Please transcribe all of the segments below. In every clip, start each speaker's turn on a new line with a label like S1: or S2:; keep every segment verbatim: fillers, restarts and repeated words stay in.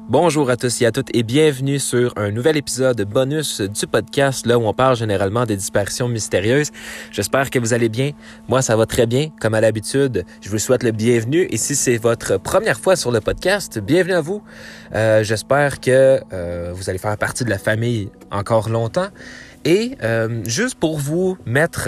S1: Bonjour à tous et à toutes et bienvenue sur un nouvel épisode bonus du podcast, là où on parle généralement des disparitions mystérieuses. J'espère que vous allez bien. Moi, ça va très bien. Comme à l'habitude, je vous souhaite le bienvenue. Et si c'est votre première fois sur le podcast, bienvenue à vous. Euh, j'espère que euh, vous allez faire partie de la famille encore longtemps. Et euh, juste pour vous mettre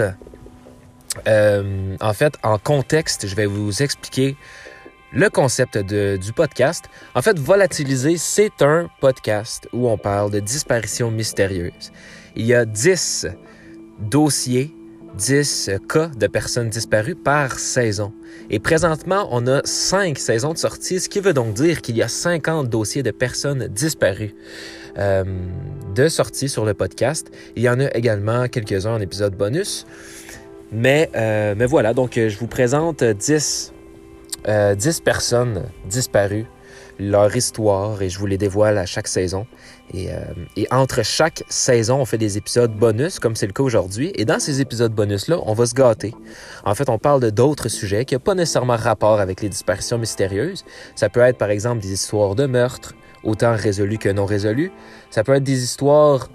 S1: euh, en fait en contexte, je vais vous expliquer le concept de, du podcast. En fait, Volatiliser, c'est un podcast où on parle de disparitions mystérieuses. Il y a dix dossiers, dix cas de personnes disparues par saison. Et présentement, on a cinq saisons de sortie, ce qui veut donc dire qu'il y a cinquante dossiers de personnes disparues euh, de sortie sur le podcast. Il y en a également quelques-uns en épisode bonus. Mais, euh, mais voilà, donc je vous présente dix Euh, dix personnes disparues, leur histoire, et je vous les dévoile à chaque saison. Et, euh, et entre chaque saison, on fait des épisodes bonus, comme c'est le cas aujourd'hui. Et dans ces épisodes bonus-là, on va se gâter. En fait, on parle de d'autres sujets qui n'ont pas nécessairement rapport avec les disparitions mystérieuses. Ça peut être, par exemple, des histoires de meurtres, autant résolues que non résolues. Ça peut être des histoires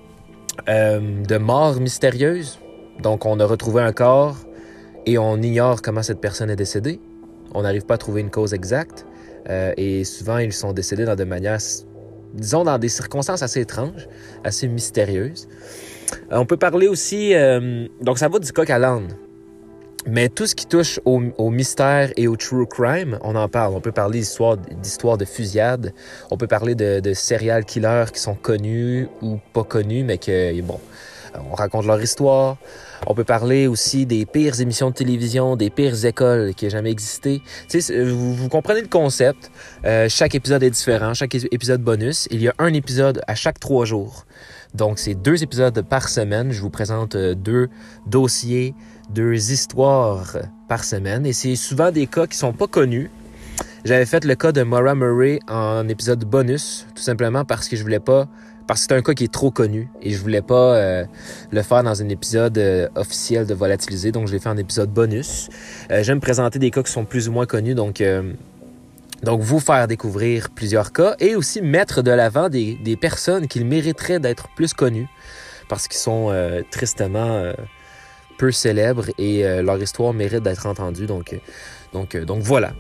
S1: euh, de morts mystérieuses. Donc, on a retrouvé un corps et on ignore comment cette personne est décédée. On n'arrive pas à trouver une cause exacte euh, et souvent, ils sont décédés dans de manières, disons, dans des circonstances assez étranges, assez mystérieuses. Euh, on peut parler aussi, euh, donc ça va du coq à l'âne, mais tout ce qui touche au, au mystère et au true crime, on en parle. On peut parler d'histoires, d'histoires de fusillades, on peut parler de, de serial killers qui sont connus ou pas connus, mais que, bon, on raconte leur histoire. On peut parler aussi des pires émissions de télévision, des pires écoles qui aient jamais existé. Tu sais, vous, vous comprenez le concept. Euh, chaque épisode est différent, chaque épisode bonus. Il y a un épisode à chaque trois jours. Donc, c'est deux épisodes par semaine. Je vous présente deux dossiers, deux histoires par semaine. Et c'est souvent des cas qui sont pas connus. J'avais fait le cas de Maura Murray en épisode bonus, tout simplement parce que je voulais pas... Parce que c'est un cas qui est trop connu et je voulais pas euh, le faire dans un épisode euh, officiel de Volatiliser, donc je l'ai fait en épisode bonus. Euh, j'aime présenter des cas qui sont plus ou moins connus, donc, euh, donc vous faire découvrir plusieurs cas et aussi mettre de l'avant des, des personnes qui mériteraient d'être plus connues parce qu'ils sont euh, tristement euh, peu célèbres et euh, leur histoire mérite d'être entendue. Donc, donc, euh, donc voilà.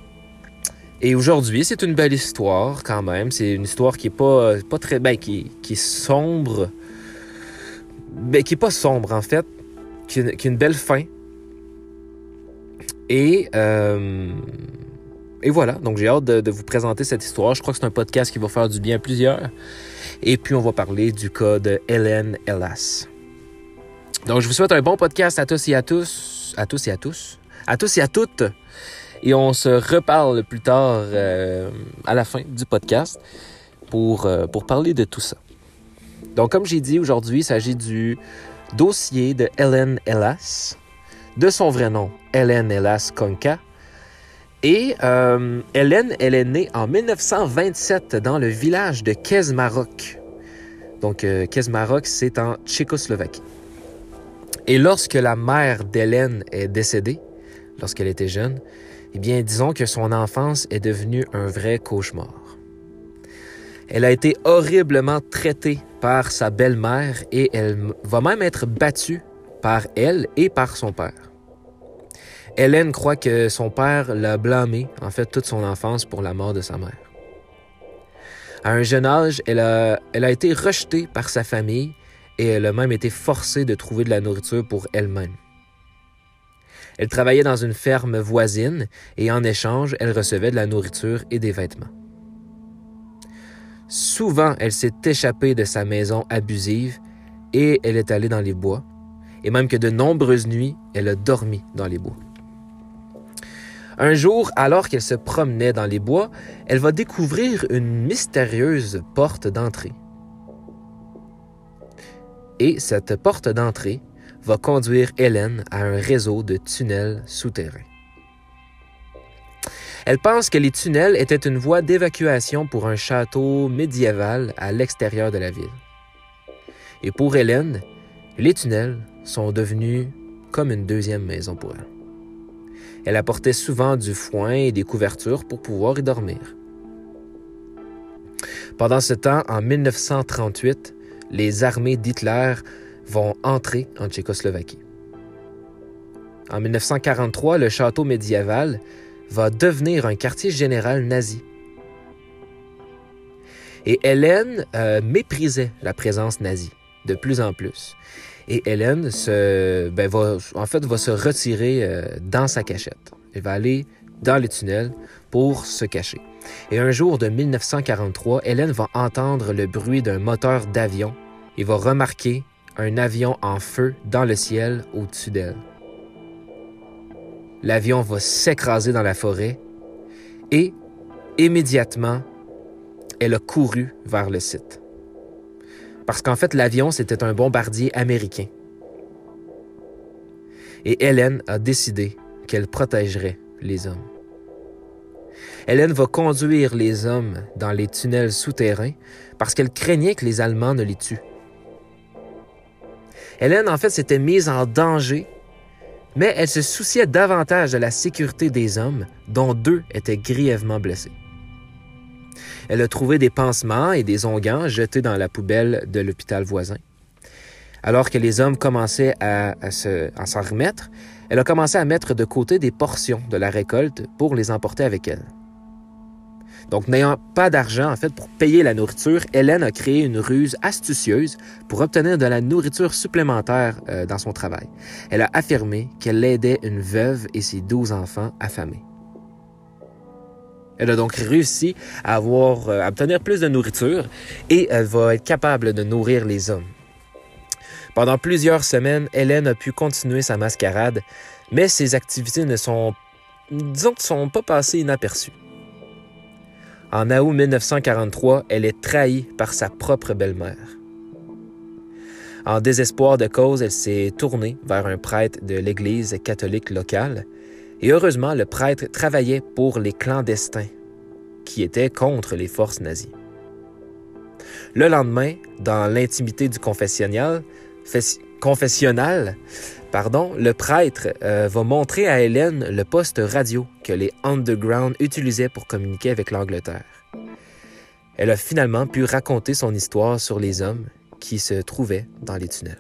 S1: Et aujourd'hui, c'est une belle histoire quand même. C'est une histoire qui est pas, pas très... Ben, qui, qui est sombre. Ben, qui est pas sombre, en fait. Qui a, qui a une belle fin. Et... Euh, et voilà. Donc, j'ai hâte de, de vous présenter cette histoire. Je crois que c'est un podcast qui va faire du bien à plusieurs. Et puis, on va parler du cas de Helen Ellas. Donc, je vous souhaite un bon podcast à tous et à tous. À tous et à tous. À tous et à toutes. Et on se reparle plus tard euh, à la fin du podcast pour, euh, pour parler de tout ça. Donc, comme j'ai dit, aujourd'hui, il s'agit du dossier de Helen Ellas, de son vrai nom, Helen Ellas Conca. Et euh, Helen, elle est née en dix-neuf cent vingt-sept dans le village de Kežmarok. Donc, euh, Kežmarok, c'est en Tchécoslovaquie. Et lorsque la mère d'Helen est décédée, lorsqu'elle était jeune, eh bien, disons que son enfance est devenue un vrai cauchemar. Elle a été horriblement traitée par sa belle-mère et elle va même être battue par elle et par son père. Hélène croit que son père l'a blâmée, en fait, toute son enfance pour la mort de sa mère. À un jeune âge, elle a, elle a été rejetée par sa famille et elle a même été forcée de trouver de la nourriture pour elle-même. Elle travaillait dans une ferme voisine et en échange, elle recevait de la nourriture et des vêtements. Souvent, elle s'est échappée de sa maison abusive et elle est allée dans les bois. Et même que de nombreuses nuits, elle a dormi dans les bois. Un jour, alors qu'elle se promenait dans les bois, elle va découvrir une mystérieuse porte d'entrée. Et cette porte d'entrée va conduire Hélène à un réseau de tunnels souterrains. Elle pense que les tunnels étaient une voie d'évacuation pour un château médiéval à l'extérieur de la ville. Et pour Hélène, les tunnels sont devenus comme une deuxième maison pour elle. Elle apportait souvent du foin et des couvertures pour pouvoir y dormir. Pendant ce temps, en mille neuf cent trente-huit, les armées d'Hitler vont entrer en Tchécoslovaquie. En mille neuf cent quarante-trois, le château médiéval va devenir un quartier général nazi. Et Hélène euh, méprisait la présence nazie de plus en plus. Et Hélène se, ben, va, en fait, va se retirer euh, dans sa cachette. Elle va aller dans les tunnels pour se cacher. Et un jour de mille neuf cent quarante-trois, Hélène va entendre le bruit d'un moteur d'avion et va remarquer un avion en feu dans le ciel au-dessus d'elle. L'avion va s'écraser dans la forêt et, immédiatement, elle a couru vers le site. Parce qu'en fait, l'avion, c'était un bombardier américain. Et Hélène a décidé qu'elle protégerait les hommes. Hélène va conduire les hommes dans les tunnels souterrains parce qu'elle craignait que les Allemands ne les tuent. Hélène, en fait, s'était mise en danger, mais elle se souciait davantage de la sécurité des hommes, dont deux étaient grièvement blessés. Elle a trouvé des pansements et des onguents jetés dans la poubelle de l'hôpital voisin. Alors que les hommes commençaient à, à, se, à s'en remettre, elle a commencé à mettre de côté des portions de la récolte pour les emporter avec elle. Donc, n'ayant pas d'argent, en fait, pour payer la nourriture, Hélène a créé une ruse astucieuse pour obtenir de la nourriture supplémentaire euh, dans son travail. Elle a affirmé qu'elle aidait une veuve et ses douze enfants affamés. Elle a donc réussi à, avoir, à obtenir plus de nourriture et elle va être capable de nourrir les hommes. Pendant plusieurs semaines, Hélène a pu continuer sa mascarade, mais ses activités ne sont, disons, ne sont pas passées inaperçues. En août mille neuf cent quarante-trois, elle est trahie par sa propre belle-mère. En désespoir de cause, elle s'est tournée vers un prêtre de l'Église catholique locale. Et heureusement, le prêtre travaillait pour les clandestins, qui étaient contre les forces nazies. Le lendemain, dans l'intimité du confessionnal, confessionnal pardon, le prêtre euh, va montrer à Hélène le poste radio que les Underground utilisaient pour communiquer avec l'Angleterre. Elle a finalement pu raconter son histoire sur les hommes qui se trouvaient dans les tunnels.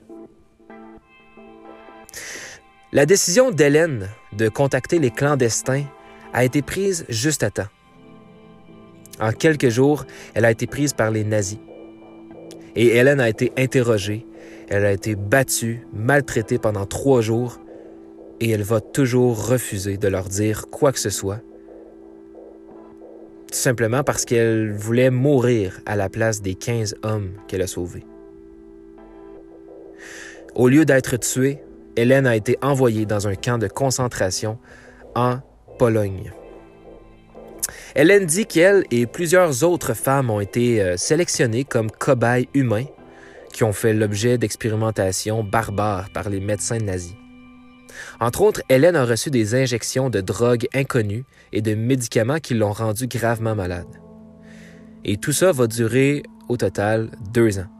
S1: La décision d'Hélène de contacter les clandestins a été prise juste à temps. En quelques jours, elle a été prise par les nazis. Et Hélène a été interrogée, elle a été battue, maltraitée pendant trois jours, et elle va toujours refuser de leur dire quoi que ce soit, tout simplement parce qu'elle voulait mourir à la place des quinze hommes qu'elle a sauvés. Au lieu d'être tuée, Hélène a été envoyée dans un camp de concentration en Pologne. Hélène dit qu'elle et plusieurs autres femmes ont été sélectionnées comme cobayes humains qui ont fait l'objet d'expérimentations barbares par les médecins nazis. Entre autres, Hélène a reçu des injections de drogues inconnues et de médicaments qui l'ont rendue gravement malade. Et tout ça va durer au total deux ans.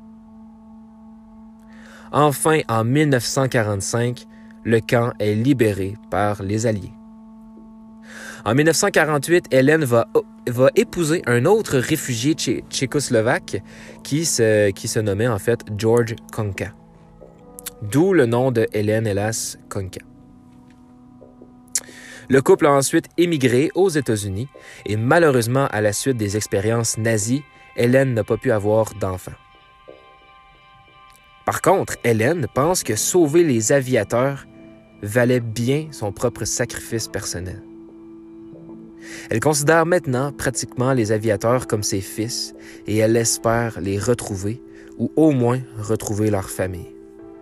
S1: Enfin, en mille neuf cent quarante-cinq, le camp est libéré par les Alliés. En mille neuf cent quarante-huit, Hélène va, va épouser un autre réfugié tché- tchécoslovaque qui se, qui se nommait en fait George Konka. D'où le nom de Hélène Hélas Konka. Le couple a ensuite émigré aux États-Unis et malheureusement, à la suite des expériences nazies, Hélène n'a pas pu avoir d'enfants. Par contre, Hélène pense que sauver les aviateurs valait bien son propre sacrifice personnel. Elle considère maintenant pratiquement les aviateurs comme ses fils et elle espère les retrouver ou au moins retrouver leur famille.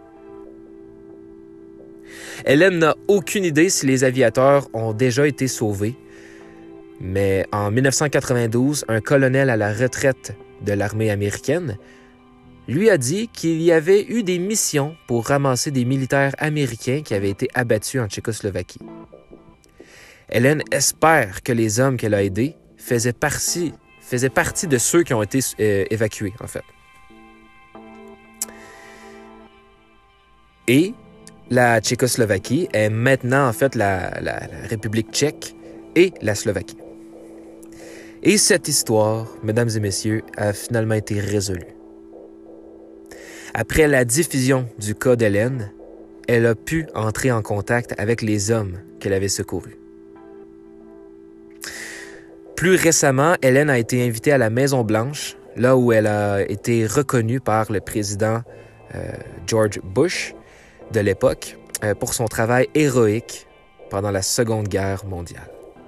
S1: Hélène n'a aucune idée si les aviateurs ont déjà été sauvés, mais en mille neuf cent quatre-vingt-douze, un colonel à la retraite de l'armée américaine lui a dit qu'il y avait eu des missions pour ramasser des militaires américains qui avaient été abattus en Tchécoslovaquie. Hélène espère que les hommes qu'elle a aidés faisaient partie, faisaient partie de ceux qui ont été euh, évacués, en fait. Et la Tchécoslovaquie est maintenant, en fait, la, la, la République tchèque et la Slovaquie. Et cette histoire, mesdames et messieurs, a finalement été résolue. Après la diffusion du cas d'Hélène, elle a pu entrer en contact avec les hommes qu'elle avait secourus. Plus récemment, Hélène a été invitée à la Maison-Blanche, là où elle a été reconnue par le président euh, George Bush de l'époque euh, pour son travail héroïque pendant la Seconde Guerre mondiale.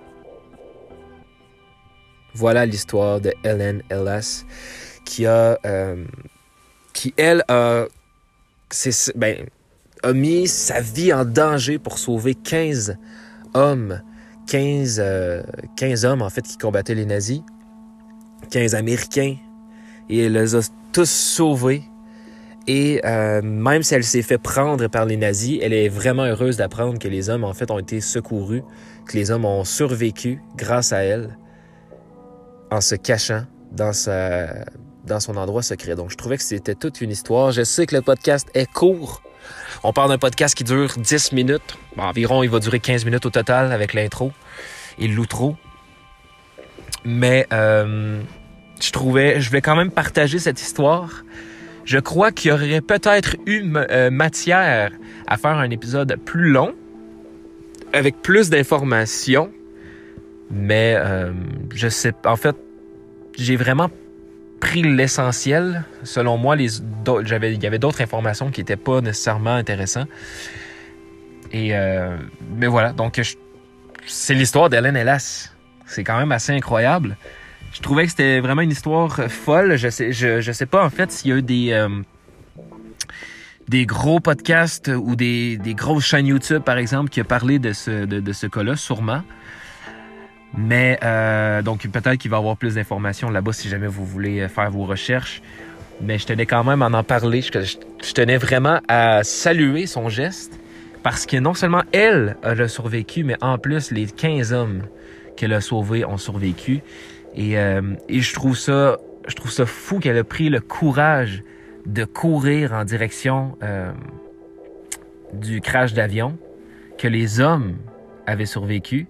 S1: Voilà l'histoire de Hélène Ellis qui a, euh, qui elle a, c'est, ben, a mis sa vie en danger pour sauver quinze hommes, quinze, euh, quinze hommes en fait qui combattaient les nazis, quinze Américains, et elle les a tous sauvés. Et euh, même si elle s'est fait prendre par les nazis, elle est vraiment heureuse d'apprendre que les hommes en fait ont été secourus, que les hommes ont survécu grâce à elle, en se cachant dans, sa, dans son endroit secret. Donc, je trouvais que c'était toute une histoire. Je sais que le podcast est court. On parle d'un podcast qui dure dix minutes. Bon, environ, il va durer quinze minutes au total avec l'intro et l'outro. Mais euh, je trouvais, je voulais quand même partager cette histoire. Je crois qu'il y aurait peut-être eu euh, matière à faire un épisode plus long, avec plus d'informations. Mais euh, je sais, en fait, j'ai vraiment pris l'essentiel. Selon moi, les, j'avais, il y avait d'autres informations qui n'étaient pas nécessairement intéressantes. Et euh, mais voilà, donc je, c'est l'histoire d'Hélène Ellis. C'est quand même assez incroyable. Je trouvais que c'était vraiment une histoire folle. Je sais, je, je sais pas en fait s'il y a eu des euh, des gros podcasts ou des, des grosses chaînes YouTube, par exemple, qui a parlé de ce, de, de ce cas-là, sûrement. Mais euh, donc peut-être qu'il va y avoir plus d'informations là-bas si jamais vous voulez faire vos recherches. Mais je tenais quand même à en parler. Je, je, je tenais vraiment à saluer son geste parce que non seulement elle a survécu, mais en plus les quinze hommes qu'elle a sauvés ont survécu. Et, euh, et je trouve ça, je trouve ça fou qu'elle a pris le courage de courir en direction euh, du crash d'avion, que les hommes avaient survécu.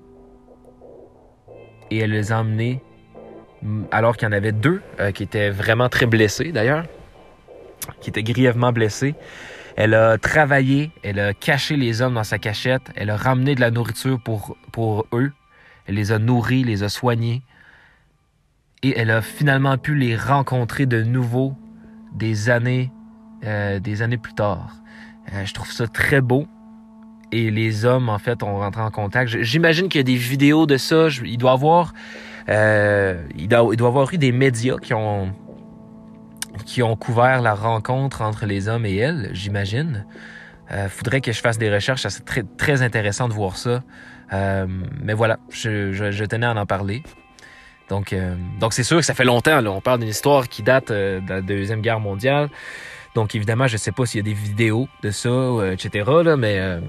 S1: Et elle les a emmenés alors qu'il y en avait deux euh, qui étaient vraiment très blessés d'ailleurs, qui étaient grièvement blessés. Elle a travaillé, elle a caché les hommes dans sa cachette, elle a ramené de la nourriture pour, pour eux, elle les a nourris, les a soignés et elle a finalement pu les rencontrer de nouveau des années, euh, des années plus tard. Euh, je trouve ça très beau. Et les hommes, en fait, ont rentré en contact. J'imagine qu'il y a des vidéos de ça. Il doit y avoir, euh, il doit, il doit y avoir eu des médias qui ont, qui ont couvert la rencontre entre les hommes et elle, j'imagine. Euh, faudrait que je fasse des recherches. C'est très, très intéressant de voir ça. Euh, mais voilà, je, je, je tenais à en parler. Donc, euh, donc c'est sûr que ça fait longtemps. Là. On parle d'une histoire qui date euh, de la Deuxième Guerre mondiale. Donc, évidemment, je ne sais pas s'il y a des vidéos de ça, euh, et cetera. Là, mais... Euh,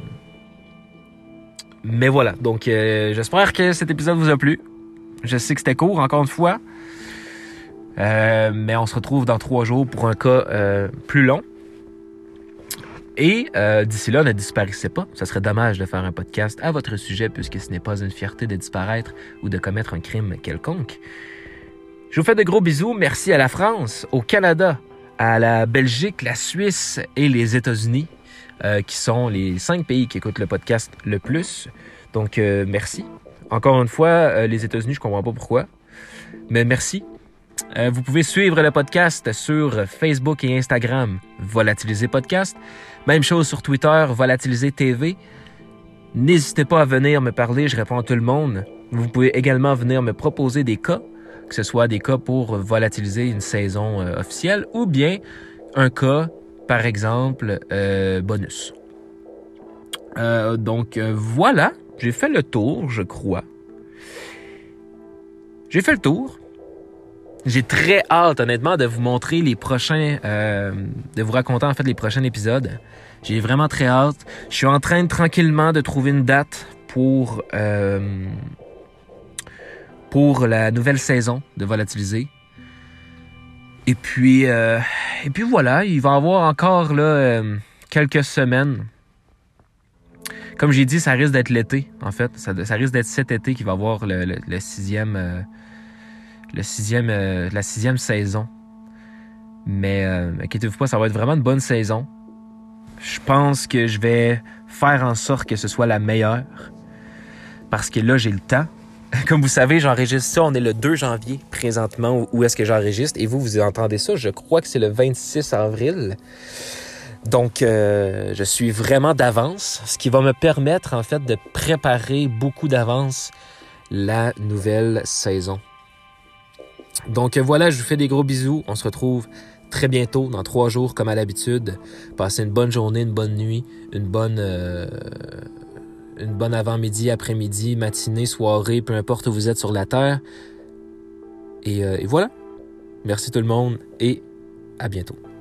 S1: Mais voilà, donc euh, j'espère que cet épisode vous a plu. Je sais que c'était court, encore une fois. Euh, mais on se retrouve dans trois jours pour un cas euh, plus long. Et euh, d'ici là, ne disparaissez pas. Ça serait dommage de faire un podcast à votre sujet puisque ce n'est pas une fierté de disparaître ou de commettre un crime quelconque. Je vous fais de gros bisous. Merci à la France, au Canada, à la Belgique, la Suisse et les États-Unis. Euh, qui sont les cinq pays qui écoutent le podcast le plus. Donc, euh, merci. Encore une fois, euh, les États-Unis, je comprends pas pourquoi. Mais merci. Euh, vous pouvez suivre le podcast sur Facebook et Instagram, Volatiliser Podcast. Même chose sur Twitter, Volatiliser T V. N'hésitez pas à venir me parler, je réponds à tout le monde. Vous pouvez également venir me proposer des cas, que ce soit des cas pour volatiliser une saison euh, officielle ou bien un cas par exemple, euh, bonus. Euh, donc, euh, voilà. J'ai fait le tour, je crois. J'ai fait le tour. J'ai très hâte, honnêtement, de vous montrer les prochains... Euh, de vous raconter, en fait, les prochains épisodes. J'ai vraiment très hâte. Je suis en train, de, tranquillement, de trouver une date pour... Euh, pour la nouvelle saison de Volatiliser. Et puis, euh, et puis voilà, il va y avoir encore là, euh, quelques semaines. Comme j'ai dit, ça risque d'être l'été, en fait. Ça, ça risque d'être cet été qu'il va y avoir le, le, le sixième, euh, le sixième, euh, la sixième saison. Mais euh, inquiétez-vous pas, ça va être vraiment une bonne saison. Je pense que je vais faire en sorte que ce soit la meilleure. Parce que là, j'ai le temps. Comme vous savez, j'enregistre ça. On est le deux janvier présentement où est-ce que j'enregistre. Et vous, vous entendez ça. Je crois que c'est le vingt-six avril. Donc, euh, je suis vraiment d'avance. Ce qui va me permettre, en fait, de préparer beaucoup d'avance la nouvelle saison. Donc voilà, je vous fais des gros bisous. On se retrouve très bientôt, dans trois jours, comme à l'habitude. Passez une bonne journée, une bonne nuit, une bonne, euh, une bonne avant-midi, après-midi, matinée, soirée, peu importe où vous êtes sur la Terre. Et, euh, et voilà. Merci tout le monde et à bientôt.